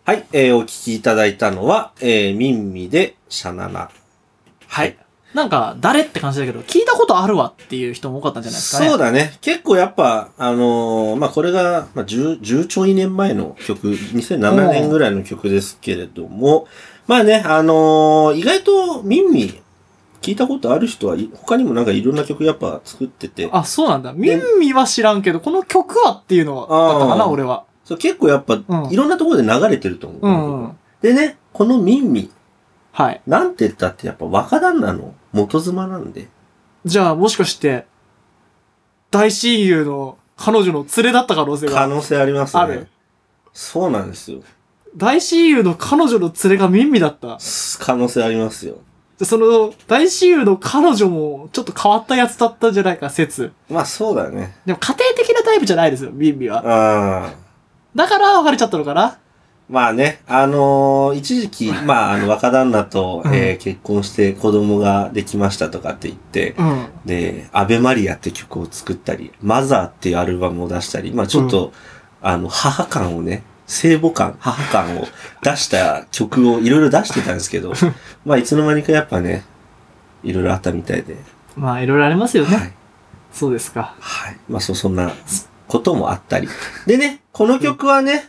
はい、お聞きいただいたのは、ミンミでシャナナ。 はい。なんか、誰って感じだけど、聞いたことあるわっていう人も多かったんじゃないですかね。 そうだね。結構やっぱ、まあ、これが、まあ、10ちょい年前の曲、2007年ぐらいの曲ですけれども、まあね、意外とミンミ聞いたことある人は、他にもなんかいろんな曲やっぱ作ってて。 あ、そうなんだ。ミンミは知らんけど、この曲はっていうのはだったかな、俺は。 そう、結構やっぱ、いろんなところで流れてると思う。 うん。 でね、このミンミ。 はい。 なんて言ったってやっぱ若旦那の元妻なんで。 じゃあ、もしかして、大親友の彼女の連れだった可能性が可能性ありますね。 ある。 そうなんですよ。 大親友の彼女の連れがミンミだった。 可能性ありますよ。 その、大親友の彼女も、ちょっと変わったやつだったんじゃないか、説。 まあそうだね。 でも家庭的なタイプじゃないですよ、ミンミは。 ああ。 だから別れちゃったのかな。 まあね、一時期、まあ若旦那と、結婚して子供ができましたとかって言って、で、アベマリアって曲を作ったり、マザーっていうアルバムを出したり、まあちょっと、母感をね、聖母感、母感を出した曲をいろいろ出してたんですけど、まあいつの間にかやっぱね、いろいろあったみたいで。 まあいろいろありますよね。はい。そうですか。 はい。まあそんなこともあったり。でね、この曲はね、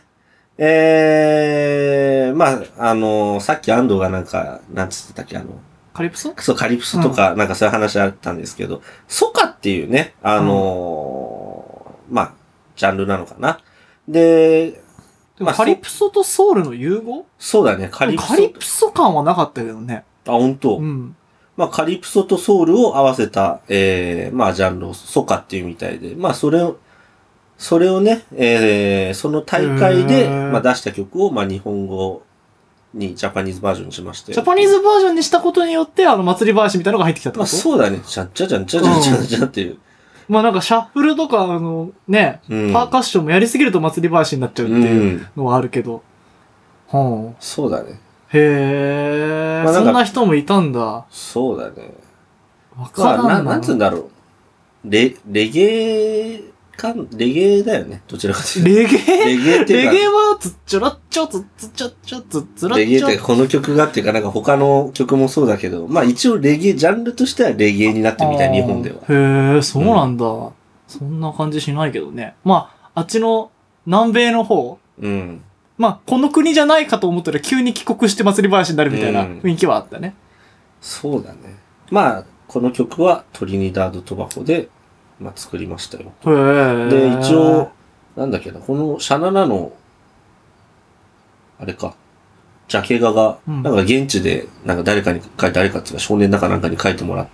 まあ、さっき安藤がなんか、なんつってたっけ、 カリプソ？ そう、カリプソとか、なんかそういう話あったんですけど、ソカっていうね、まあ、ジャンルなのかな。で、 まあ、カリプソとソウルの融合？ そうだね、 カリプソ感はなかったけどね。 あ、本当。 うん。 まあ、カリプソとソウルを合わせた、まあ、ジャンルをソカっていうみたいで、まあ、それをね、その大会で、まあ、出した曲を、まあ、日本語にジャパニーズバージョンにしまして。 ジャパニーズバージョンにしたことによって、祭り林みたいなのが入ってきたってこと？ まあ、そうだね。ちゃんちゃちゃんちゃちゃちゃちゃっていう。 まあなんかシャッフルとかね、パーカッションもやりすぎると祭り林になっちゃうっていうのはあるけど。はあ。 そうだね。 へえ、まあ、そんな人もいたんだ。 そうだね。 わからんな。 なんつうんだろう。レゲエだよね。どちらかというと。 レゲエっていうか。レゲエはつっちゃらっちゃつっちゃっちゃつっつらっちゃ。 レゲエってこの曲がっていうかなんか他の曲もそうだけど、まあ一応レゲエ、ジャンルとしてはレゲエになってみたい、日本では。 へえ、そうなんだ。そんな感じしないけどね。まあ、あっちの南米の方。 うん。 まあ、この国じゃないかと思ったら急に帰国して祭り林になるみたいな雰囲気はあったね。 そうだね。まあ、この曲はトリニダード・トバゴで、まあ、作りましたよ。で、一応、なんだっけな、このシャナナの、あれか、ジャケ画が、なんか現地で、なんか誰かっていうか少年だかなんかに描いてもらった、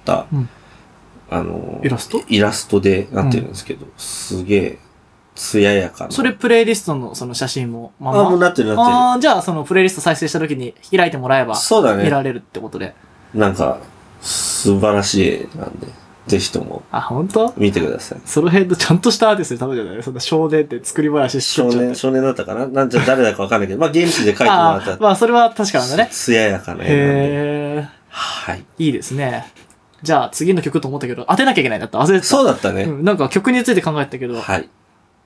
イラストでなってるんですけど、すげえ、艶やかな。 それプレイリストのその写真もまあ、もうなってる。 ああ、じゃあそのプレイリスト再生した時に開いてもらえば、 そうだね。 見られるってことで。 なんか、素晴らしい絵なんで。ぜひとも。 あ、本当？ 見てください。 その辺のちゃんとしたアーティストに頼むじゃない？そんな少年って作り話しちゃって。 少年だったかな？なんじゃ誰だかわかんないけど、まあ現地で書いてもらった。 まあそれは確かなんだね。 艶やかな絵なんで。 へー。 はい。 いいですね。じゃあ次の曲と思ったけど、当てなきゃいけないんだった。忘れてた。 そうだったね。 なんか曲について考えたけど。 はい。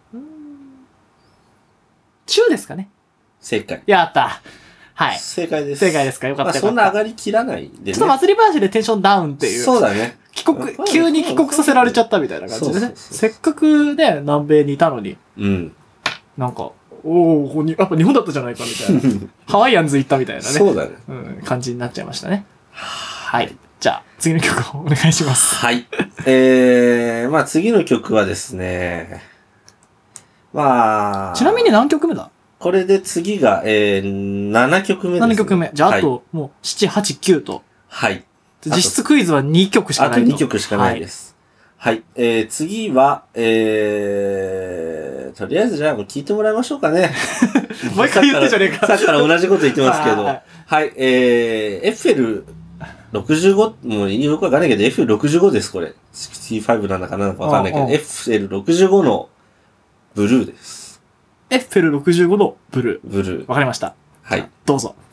中ですかね？ 正解。 やった。はい。 正解です。 正解ですか？よかった。 まあそんな上がりきらないでね。 ちょっと祭り話でテンションダウンっていう。 そうだね。 急に帰国させられちゃったみたいな感じでね。せっかくね、南米にいたのに。 うん。 なんか、やっぱ日本だったじゃないかみたいな。ハワイアンズ行ったみたいなね。 そうだね。 感じになっちゃいましたね。はい。じゃあ、次の曲をお願いします。 はい。まあ次の曲はですね、まあ。 ちなみに何曲目だ？ これで次が、7曲目です、ね。 7曲目。じゃあ、あと、もう、7、8、9と。 はい。 実質クイズは2曲しかないと。 あと2曲しかないです。はい。次は、とりあえずじゃあもう聞いてもらいましょうかね。 もう一回言ってじゃねえか。 さっきから同じこと言ってますけど。はい。エッフェル65、もうよくわかんないけど、F65 です、これ。65なんだかなんだかわかんないけど、FL65 のブルーです。 エッフェル65のブルー。 ブルー。 わかりました。 はい。 どうぞ。